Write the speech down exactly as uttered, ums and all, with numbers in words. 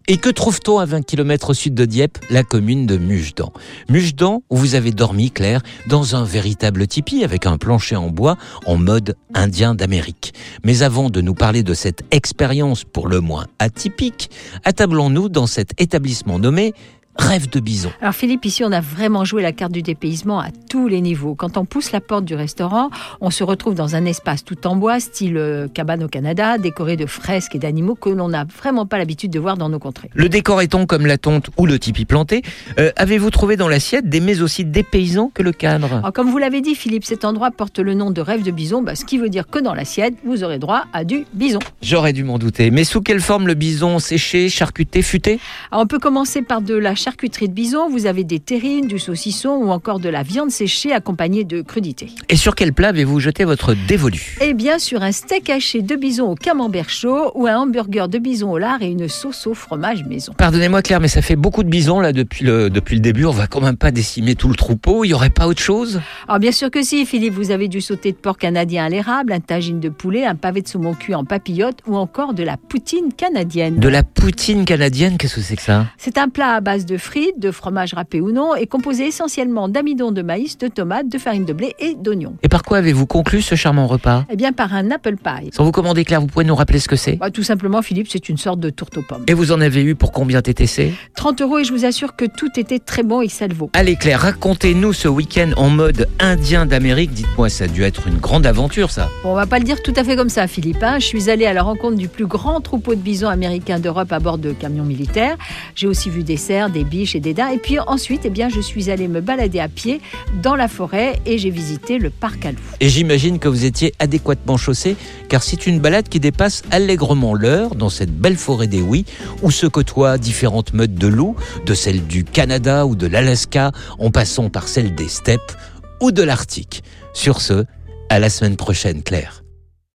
Et que trouve-t-on à vingt kilomètres au sud de Dieppe? La commune de Mugedan. Mugedan, où vous avez dormi, Claire, dans un véritable tipi avec un plancher en bois en mode indien d'Amérique. Mais avant de nous parler de cette expérience pour le moins atypique, attablons-nous dans cet établissement nommé Rêve de Bison. Alors Philippe, ici on a vraiment joué la carte du dépaysement à tous les niveaux. Quand on pousse la porte du restaurant, on se retrouve dans un espace tout en bois, style euh, cabane au Canada, décoré de fresques et d'animaux que l'on n'a vraiment pas l'habitude de voir dans nos contrées. Le décor étant comme la tonte ou le tipi planté, euh, avez-vous trouvé dans l'assiette des mets aussi dépaysants que le cadre? Alors, comme vous l'avez dit Philippe, cet endroit porte le nom de Rêve de Bison, bah, ce qui veut dire que dans l'assiette, vous aurez droit à du bison. J'aurais dû m'en douter. Mais sous quelle forme le bison? Séché, charcuté, futé? Alors, on peut commencer par de la charcuterie de bison, vous avez des terrines, du saucisson ou encore de la viande séchée accompagnée de crudités. Et sur quel plat avez-vous jeté votre dévolu? Eh bien sur un steak haché de bison au camembert chaud ou un hamburger de bison au lard et une sauce au fromage maison. Pardonnez-moi Claire, mais ça fait beaucoup de bison là depuis le, depuis le début, on va quand même pas décimer tout le troupeau, il n'y aurait pas autre chose? Alors bien sûr que si Philippe, vous avez du sauté de porc canadien à l'érable, un tagine de poulet, un pavé de saumon cuit en papillote ou encore de la poutine canadienne. De la poutine canadienne, qu'est-ce que c'est que ça? C'est un plat à base de frites, de fromage râpé ou non, et composé essentiellement d'amidon de maïs, de tomates, de farine de blé et d'oignons. Et par quoi avez-vous conclu ce charmant repas? Eh bien par un apple pie. Sans vous commander Claire, vous pouvez nous rappeler ce que c'est? Bah, tout simplement Philippe, c'est une sorte de tourte aux pommes. Et vous en avez eu pour combien T T C? trente euros et je vous assure que tout était très bon et ça le vaut. Allez Claire, racontez-nous ce week-end en mode indien d'Amérique. Dites-moi, ça a dû être une grande aventure ça. Bon, on va pas le dire tout à fait comme ça Philippe. Hein. Je suis allée à la rencontre du plus grand troupeau de bisons américains d'Europe à bord de camions militaires. J'ai aussi vu des cerfs, des biches et des daims. Et puis ensuite, eh bien, je suis allée me balader à pied dans la forêt et j'ai visité le parc à loups. Et j'imagine que vous étiez adéquatement chaussé, car c'est une balade qui dépasse allègrement l'heure dans cette belle forêt des Ouïes, où se côtoient différentes meutes de loups, de celles du Canada ou de l'Alaska, en passant par celles des steppes ou de l'Arctique. Sur ce, à la semaine prochaine, Claire.